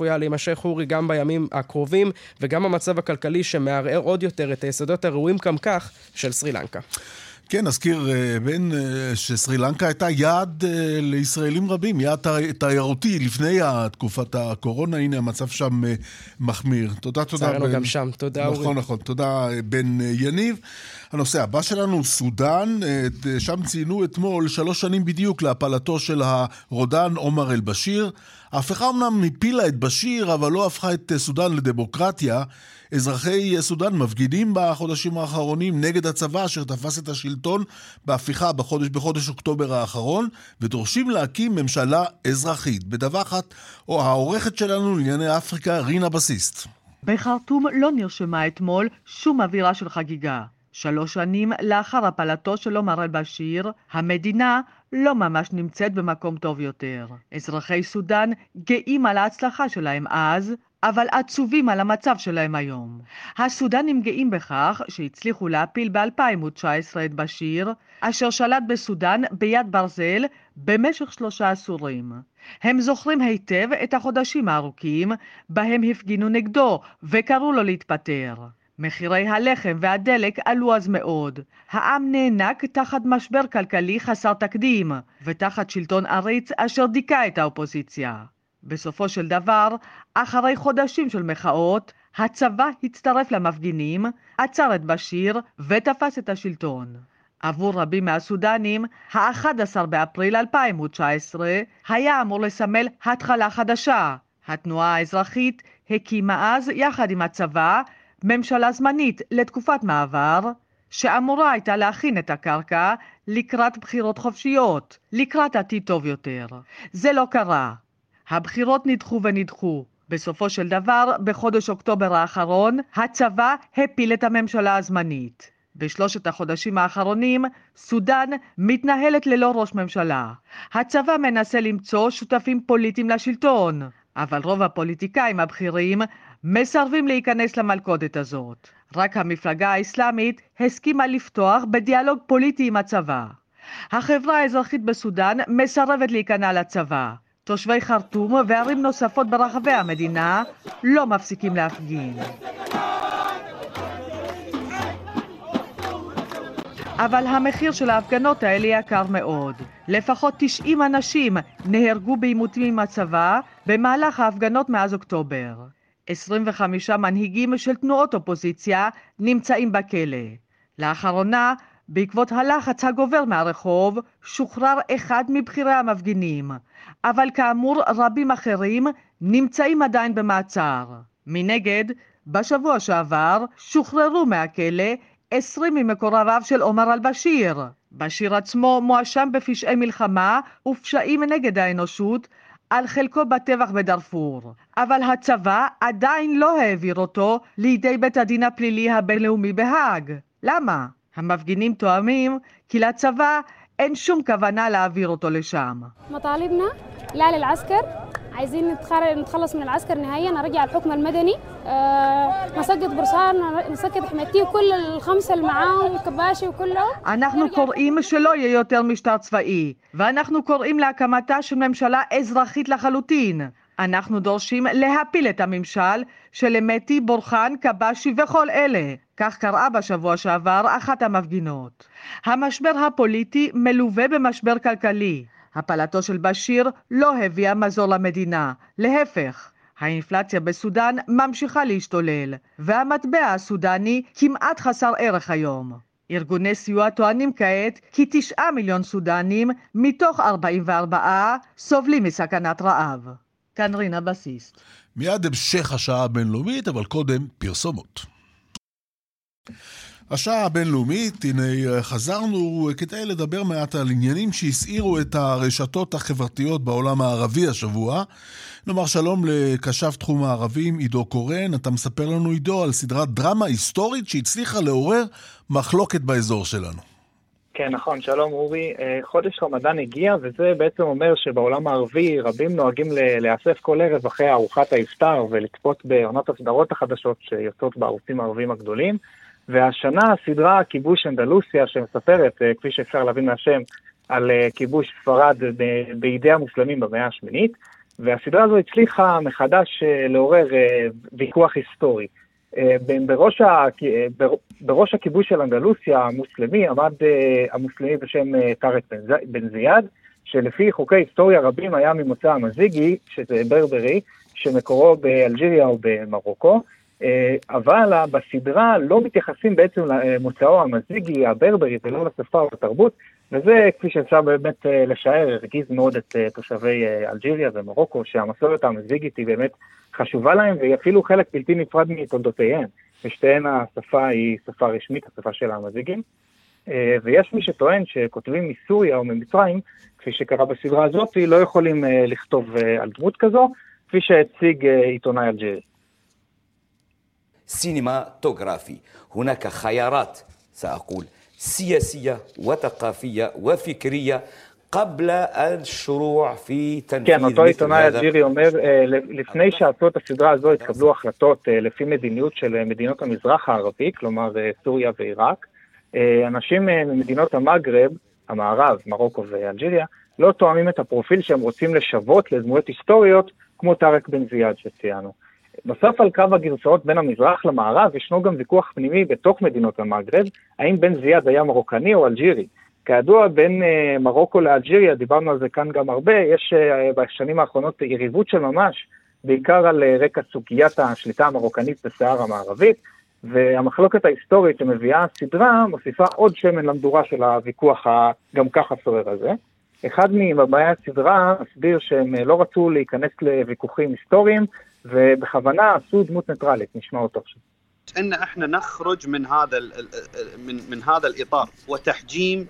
S14: יימשך אורי גם בימים הקרובים, וגם המצב הכלכלי שמערער עוד יותר את היסודות הראויים גם כך של סרי לנקה.
S3: כן, נזכיר בן שסרי לנקה הייתה יעד לישראלים רבים, יעד תיירותי לפני תקופת הקורונה. הנה המצב שם מחמיר. תודה
S14: צערנו גם שם, תודה אורי.
S3: נכון, תודה בן יניב. הנושא הבא שלנו, סודן, שם ציינו אתמול 3 שנים בדיוק להפלתו של הרודן עומר אל-בשיר. ההפיכה אמנם מפילה את בשיר, אבל לא הפכה את סודן לדמוקרטיה. אזרחי סודן מפגינים בחודשים האחרונים נגד הצבא אשר תפס את השלטון בהפיכה בחודש אוקטובר האחרון, ודורשים להקים ממשלה אזרחית. בדווחת או העורכת שלנו לענייני אפריקה, רינה בסיסט.
S18: בחרטום לא נרשמה אתמול שום אווירה של חגיגה. 3 שנים לאחר הפלתו של עומר אל-בשיר, המדינה לא ממש נמצאת במקום טוב יותר. אזרחי סודן גאים על ההצלחה שלהם אז, אבל עצובים על המצב שלהם היום. הסודנים גאים בכך שהצליחו להפיל ב-2019 את בשיר, אשר שלט בסודן ביד ברזל במשך 3 עשורים. הם זוכרים היטב את החודשים הארוכים בהם הפגינו נגדו וקראו לו להתפטר. מחירי הלחם והדלק עלו אז מאוד. העם נאנק תחת משבר כלכלי חסר תקדים, ותחת שלטון עריץ אשר דיכא את האופוזיציה. בסופו של דבר, אחרי חודשים של מחאות, הצבא הצטרף למפגינים, עצר את בשיר ותפס את השלטון. עבור רבים מהסודנים, ה-11 באפריל 2019 היה אמור לסמל התחלה חדשה. התנועה האזרחית הקימה אז, יחד עם הצבא, ממשלה זמנית לתקופת מעבר, שאמורה הייתה להכין את הקרקע לקראת בחירות חופשיות, לקראת עתיד טוב יותר. זה לא קרה. הבחירות נדחו ונדחו. בסופו של דבר, בחודש אוקטובר האחרון, הצבא הפיל את הממשלה הזמנית. ב3 החודשים האחרונים, סודן מתנהלת ללא ראש ממשלה. הצבא מנסה למצוא שותפים פוליטיים לשלטון, אבל רוב הפוליטיקאים הבכירים מסרבים להיכנס למלכודת הזאת. רק המפלגה האסלאמית הסכימה לפתוח בדיאלוג פוליטי עם הצבא. החברה האזרחית בסודן מסרבת להיכנע לצבא. תושבי חרטום וערים נוספות ברחבי המדינה לא מפסיקים להפגין. אבל המחיר של ההפגנות האלה יקר מאוד. לפחות 90 אנשים נהרגו בעימותים עם הצבא במהלך ההפגנות מאז אוקטובר. 25 מנהיגים של תנועות אופוזיציה נמצאים בכלא. לאחרונה, בעקבות הלחץ הגובר מהרחוב, שוחרר אחד מבחירי המפגינים. אבל כאמור, רבים אחרים נמצאים עדיין במעצר. מנגד, בשבוע שעבר שוחררו מהכלא 20 ממקורביו של עומר אל-בשיר. בשיר עצמו מואשם בפשעי מלחמה ופשעים נגד האנושות על חלקו בטבח בדארפור. אבל הצבא עדיין לא העביר אותו לידי בית הדין הפלילי הבינלאומי בהאג. למה? המפגינים טוענים כי לצבא אין שום כוונה להעביר אותו לשם.
S19: مطالبنا لا للعسكر عايزين نتخلص من العسكر نهائيا نرجع الحكم المدني نسقط برصار نسقط حمايتي وكل ال5 اللي معاهم كباشي وكله. אנחנו
S18: קוראים שלא יהיה יותר משטר צבאי, ואנחנו קוראים להקמתה של ממשלה אזרחית לחלוטין. אנחנו דורשים להפיל את הממשל של מתי, בורחן, קבשי וכל אלה. כך קראה בשבוע שעבר אחת המפגינות. המשבר הפוליטי מלווה במשבר כלכלי. הפלתו של בשיר לא הביאה מזור למדינה. להפך, האינפלציה בסודן ממשיכה להשתולל, והמטבע הסודני כמעט חסר ערך היום. ארגוני סיוע טוענים כעת כי 9 מיליון סודנים מתוך 44 סובלים מסכנת רעב. כאן רינה בסיסט.
S3: מיד המשך השעה הבינלאומית, אבל קודם פרסומות. השעה הבינלאומית, הנה חזרנו כדי לדבר מעט על עניינים שהסעירו את הרשתות החברתיות בעולם הערבי השבוע. נאמר שלום לקשב תחום הערבים עידו קורן. אתה מספר לנו עידו על סדרת דרמה היסטורית שהצליחה לעורר מחלוקת באזור שלנו.
S20: כן, נכון, שלום אורי. חודש רמדאן הגיע, וזה בעצם אומר שבעולם הערבי רבים נוהגים לאסף כל ערב אחרי ארוחת האפטר ולצפות בעונות הסדרות החדשות שיוצאות בערוצים הערבים הגדולים. והשנה הסדרה כיבוש אנדלוסיה, שמספרת, כפי שאפשר להבין מהשם, על כיבוש ספרד בידי המוסלמים במאה השמינית, והסדרה הזו הצליחה מחדש לעורר ויכוח היסטורי. בראש הכיבוש של אנדלוסיה המוסלמי עמד המוסלמי בשם טארק בן זיאד, שלפי חוקי היסטוריה רבים היה ממוצא המזיגי, שזה ברברי, שמקורו באלג'יריה או במרוקו, אבל בסדרה לא מתייחסים בעצם למוצאו המזיגי, הברברי, ולא לשפה או לתרבות, וזה, כפי שאפשר באמת לשער, הרגיז מאוד את תושבי אלג'יריה ומרוקו, שהמסורת המזיגית היא באמת חשובה להם, והיא אפילו חלק בלתי נפרד מתולדותיהם. בשתיהן השפה היא שפה רשמית, השפה של המזיגים, ויש מי שטוען שכותבים מסוריה או ממצרים, כפי שקרה בסדרה הזאת, לא יכולים לכתוב על דמות כזו, כפי שהציג עיתונאי אלג'ירי.
S21: سينماتوغرافي هناك خيارات سأقول سياسية وثقافية وفكرية قبل الشروع في تنفيذ
S20: כן, אותו עיתונאי אלג'ירי אומר, לפני שעשו את הסדרה הזו התקבלו החלטות לפי מדיניות של מדינות המזרח הערבי, כלומר סוריה ועיראק. אנשים ממדינות המגרב, המערב, מרוקו ואלג'יריה, לא תואמים את הפרופיל שהם רוצים לשוות לדמויות היסטוריות, כמו טארק בן זיאד שציינו. בסוף על קו הגרסאות בין המזרח למערב ישנו גם ויכוח פנימי בתוך מדינות המגרב, האם בן זיאד היה מרוקני או אלג'ירי. כידוע בין מרוקו לאלג'יריה, דיברנו על זה כאן גם הרבה, יש בשנים האחרונות יריבות של ממש, בעיקר על רקע סוגיית השליטה המרוקנית בסהר המערבית, והמחלוקת ההיסטורית שמביאה הסדרה מוסיפה עוד שמן למדורה של הוויכוח גם ככה סורר הזה. אחד מבמאי הסדרה מסביר שהם לא רצו להיכנס לוויכוחים היסטוריים, ובכוונה עשו דמות ניטרלית, נשמע אותו עכשיו.
S22: ان احنا نخرج من هذا الاطار وتحجيم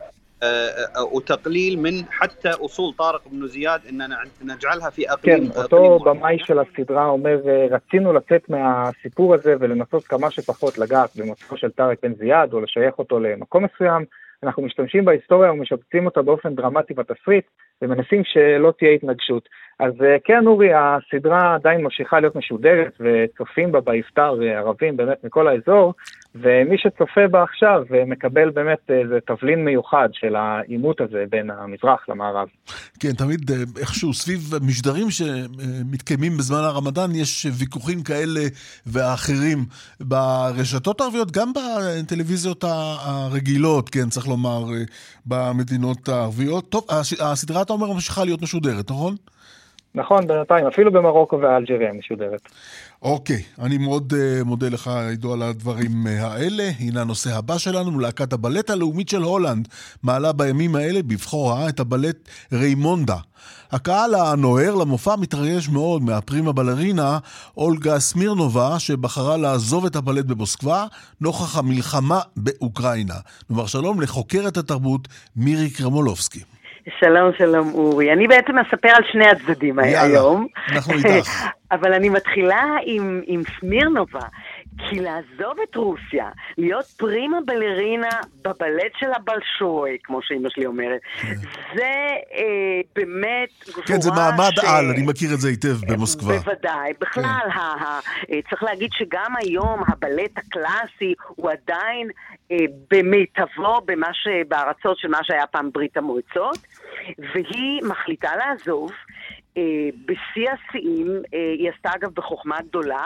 S22: وتقليل من حتى اصول طارق بن زياد اننا نجعلها في اقليم.
S20: כן, אותו במאי של הסדרה אומר, רצינו לצאת מהסיפור הזה ולנסות כמה שפחות לגעת במוצאו של טארק בן זיאד או לשייך אותו למקום מסוים. אנחנו משתמשים בהיסטוריה ומשפצים אותה באופן דרמטי בתסריט ומנסים שלא תהיה התנגשות. אז כן, אורי, הסדרה עדיין ממשיכה להיות משודרת וצופים בה באפטר ערבים באמת מכל האזור, ומי שצופה בה עכשיו מקבל באמת איזה תבלין מיוחד של העימות הזה בין המזרח למערב.
S3: כן, תמיד איכשהו סביב משדרים שמתקיימים בזמן הרמדאן יש ויכוחים כאלה ואחרים ברשתות הערביות, גם בטלוויזיות הרגילות, כן, צריך לומר, במדינות הערביות. טוב, הסדרה אתה אומר ממשיכה להיות משודרת, נכון?
S20: נכון, בינתיים, אפילו במרוקו ואלג'יריה משודרת.
S3: אוקיי, אני מאוד מודה לך, עידו, על הדברים האלה. הנה הנושא הבא שלנו, להקת הבלט הלאומית של הולנד, מעלה בימים האלה בבחורה את הבלט ריימונדה. הקהל הנוער למופע מתרגש מאוד מהפרימה בלרינה אולגה סמירנובה, שבחרה לעזוב את הבלט במוסקבה נוכח המלחמה באוקראינה. נאמר שלום לחוקרת התרבות מירי קרמולובסקי.
S23: שלום, שלום אורי. אני בעצם אספר על שני הצדדים היום.
S3: אנחנו איתך.
S23: אבל אני מתחילה עם סמירנובה, כי לעזוב את רוסיה, להיות פרימה בלרינה בבלט של הבלשוי, כמו שאמא שלי אומרת, זה באמת גבורה
S3: כן, זה מעמד על, אני מכיר את זה היטב במוסקבה.
S23: בוודאי. בכלל, צריך להגיד שגם היום הבלט הקלאסי הוא עדיין במיטבו בארצות של מה שהיה פעם ברית המועצות, והיא מחליטה לעזוב. בשיא השיאים, היא עשתה אגב בחוכמה גדולה,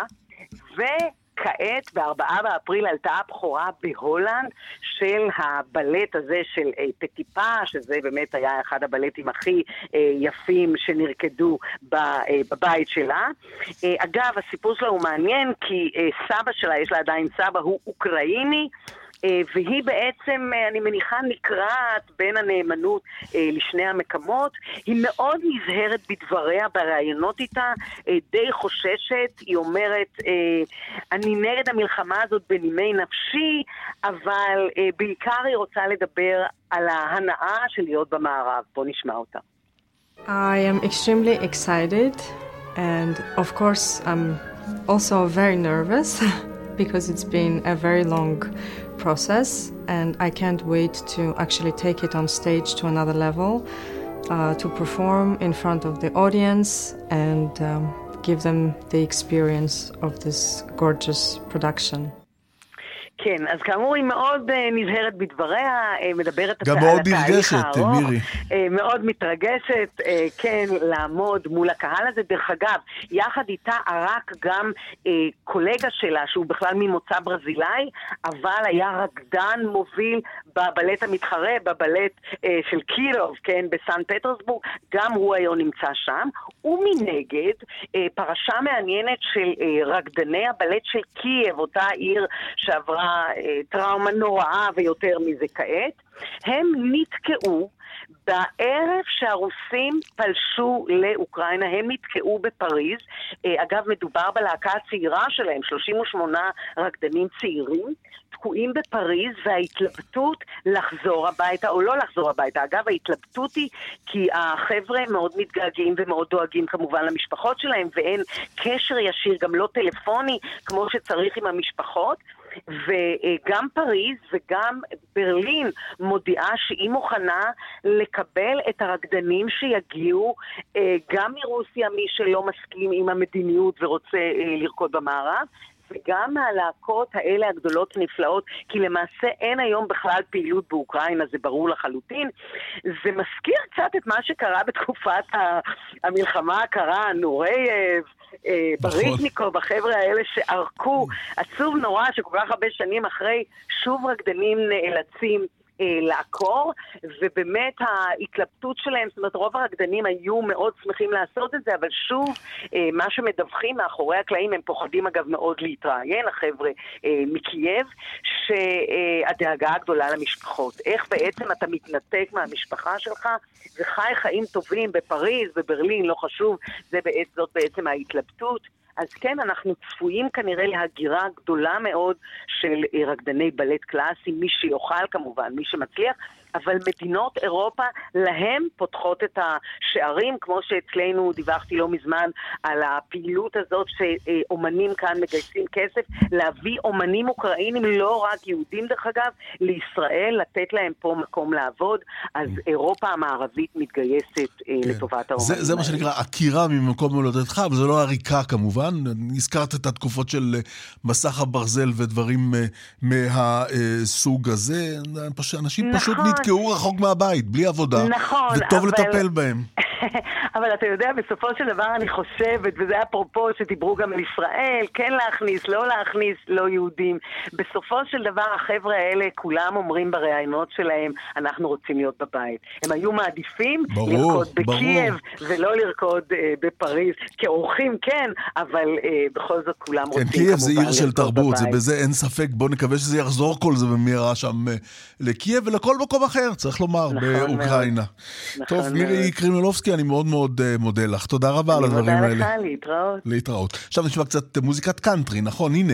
S23: וכעת ב4 באפריל עלתה הבכורה בהולנד של הבלט הזה של פטיפה, שזה באמת היה אחד הבלטים הכי יפים שנרקדו בבית שלה. אגב, הסיפור שלה הוא מעניין, כי סבא שלה, יש לה עדיין סבא, הוא אוקראיני, והיא בעצם, אני מניחה, נקראת בין הנאמנות לשני המקומות. היא מאוד נזהרת בדבריה, ברעיונות איתה, די חוששת. היא אומרת, אני נגד המלחמה הזאת בנימי נפשי, אבל בעיקר היא רוצה לדבר על ההנאה של להיות במערב. בוא נשמע אותה.
S24: I am extremely excited, and of course I'm also very nervous because it's been a very long process, and I can't wait to actually take it on stage to another level, to perform in front of the audience and give them the experience of this gorgeous production.
S23: כן, אז כאמור היא מאוד נזהרת בדבריה, מדברת
S3: גם מאוד נרגשת, מירי.
S23: מאוד מתרגשת, כן, לעמוד מול הקהל הזה. דרך אגב, יחד איתה ערק גם קולגה שלה, שהוא בכלל ממוצא ברזילאי, אבל היה רקדן מוביל בבלט המתחרה, בבלט של קירוב, כן, בסן פטרסבורג, גם הוא היום נמצא שם. ומנגד, פרשה מעניינת של רקדני הבלט של קייב, אותה עיר שעברה טראומה נוראה ויותר מזה כעת, הם נתקעו בערב שהרוסים פלשו לאוקראינה, הם נתקעו בפריז. אגב, מדובר בלהקה הצעירה שלהם, 38 רקדנים צעירים, תקועים בפריז, וההתלבטות לחזור הביתה או לא לחזור הביתה. אגב, ההתלבטות היא כי החבר'ה מאוד מתגעגעים ומאוד דואגים כמובן למשפחות שלהם, ואין קשר ישיר, גם לא טלפוני, כמו שצריך עם המשפחות. וגם פריז וגם ברלין מודיעה שהיא מוכנה לקבל את הרקדנים שיגיעו גם מרוסיה, מי שלא מסכים עם המדיניות ורוצה לרקוד במערב, וגם מהלהקות האלה הגדולות ונפלאות, כי למעשה אין היום בכלל פעילות באוקראינה, זה ברור לחלוטין. זה מזכיר קצת את מה שקרה בתקופת המלחמה הקרה, נורייב, בריטניקוב, החבר'ה האלה שערכו, עצוב נורא שכל כך הרבה שנים אחרי שוב רקדנים נאלצים לעקור, ובאמת ההתלבטות שלהם, זאת אומרת רוב הרקדנים היו מאוד שמחים לעשות את זה, אבל שוב מה שמדווחים מאחורי הקלעים, הם פוחדים אגב מאוד להתראיין, החבר'ה מקייב, שהדאגה הגדולה למשפחות, איך בעצם אתה מתנתק מהמשפחה שלך וחי חיים טובים בפריז, בברלין, לא חשוב, זאת בעצם ההתלבטות. אז כן, אנחנו צפויים כנראה להגירה גדולה מאוד של רקדני בלט קלאסי, מי שיוכל כמובן, מי שמצליח, אבל מדינות אירופה להם פותחות את השערים, כמו שאצלנו דיווחתי לא מזמן על הפעילות הזאת שאומנים כאן מגייסים כסף, להביא אומנים אוקראינים, לא רק יהודים דרך אגב, לישראל, לתת להם פה מקום לעבוד, אז אירופה המערבית מתגייסת לטובת האומנים.
S3: זה מה שנקרא עקירה ממקום מולדתך, אבל זה לא עריקה כמובן, נזכרת את התקופות של מסך הברזל ודברים מהסוג הזה, אנשים פשוט נתקעו רחוק מהבית, בלי עבודה, וטוב לטפל בהם.
S23: אבל אתה יודע, בסופו של דבר אני חושבת, וזה אפרופו שדיברו גם על ישראל, כן להכניס, לא להכניס, לא יהודים. בסופו של דבר החבר'ה האלה כולם אומרים בראיונות שלהם, אנחנו רוצים להיות בבית. הם היו מעדיפים לרקוד בקייב, ולא לרקוד בפריז. כאורחים כן, אבל בכל זאת כולם רוצים כמובן.
S3: קייב זה עיר של תרבות, בזה אין ספק, בוא נקווה שזה יחזור כל זה במהרה שם לקייב ולכל מקום אחר, צריך לומר, באוקראינה. טוב, מירי קרימלובסקי, אני מאוד מאוד מודה לך. תודה רבה על הדברים האלה.
S23: אני מודה לך, להתראות.
S3: להתראות. עכשיו נשמע קצת מוזיקת קאנטרי, נכון? הנה.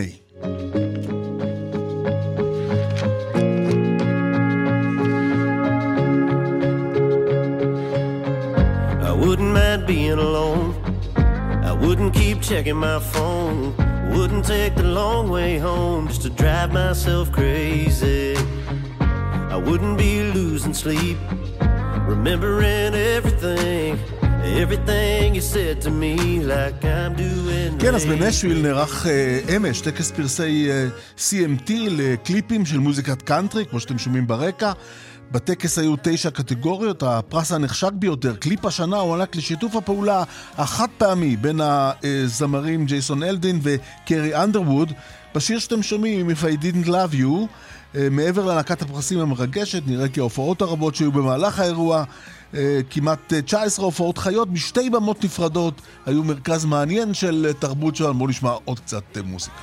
S1: I wouldn't mind being alone. I wouldn't keep checking my phone. Wouldn't take the long way home just to drive myself crazy. I wouldn't be losing sleep, remembering everything you said to me like I'm doing.
S3: כן, אז בנשוויל נערך אמש טקס פרסי CMT לקליפים של מוזיקת קאנטרי, כמו שאתם שומעים ברקע. בטקס היו 9 קטגוריות, הפרס הנחשק ביותר, קליפ השנה, הוענק לשיתוף הפעולה החד פעמי בין הזמרים ג'ייסון אלדין וקרי אנדרווד. בשיר שאתם שומעים, If I Didn't Love You, מעבר להענקת הפרסים המרגשת, נראה כי ההופעות הרבות שהיו במהלך האירוע, כמעט 19 הופעות חיות בשתי במות נפרדות, היו מרכז מעניין של תרבות שלנו. בואו נשמע עוד קצת מוזיקה.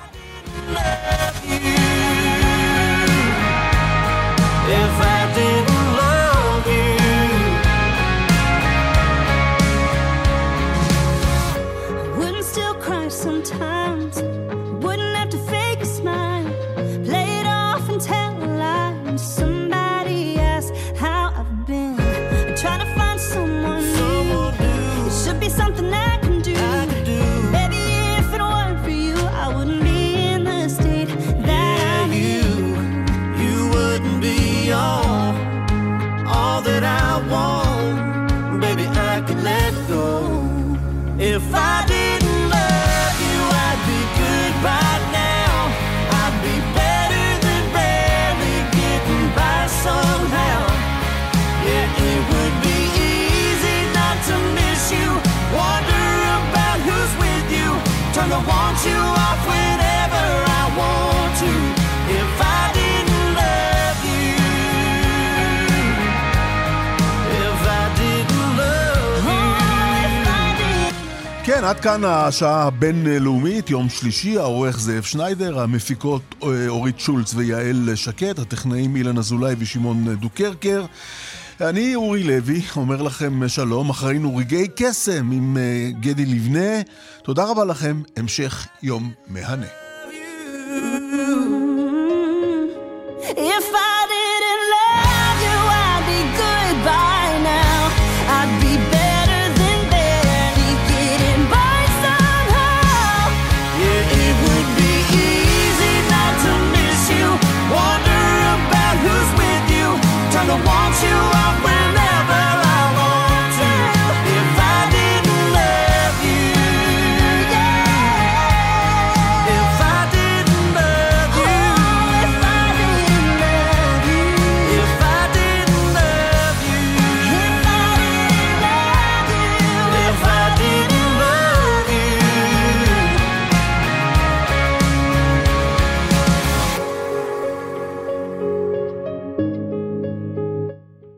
S1: If I didn't love you,
S2: I wouldn't still cry sometimes. Wouldn't have to fake a smile, play it off and tell a lie. When somebody asks how I've been, I try to find someone new. It should be something I can do. Maybe if it weren't for you, I wouldn't be in the state
S1: you off whenever I want to. If I didn't love you, if I didn't love you.
S3: כן, עד כאן השעה הבינלאומית, יום שלישי, העורך זאב שניידר, המפיקות אורית שולץ ויעל שקט, הטכנאים אילן אזולאי ושמעון דוקרקר. אני אורי לוי, אומר לכם שלום, אחרינו רגעי קסם עם גדי לבנה. תודה רבה לכם, המשך יום מהנה.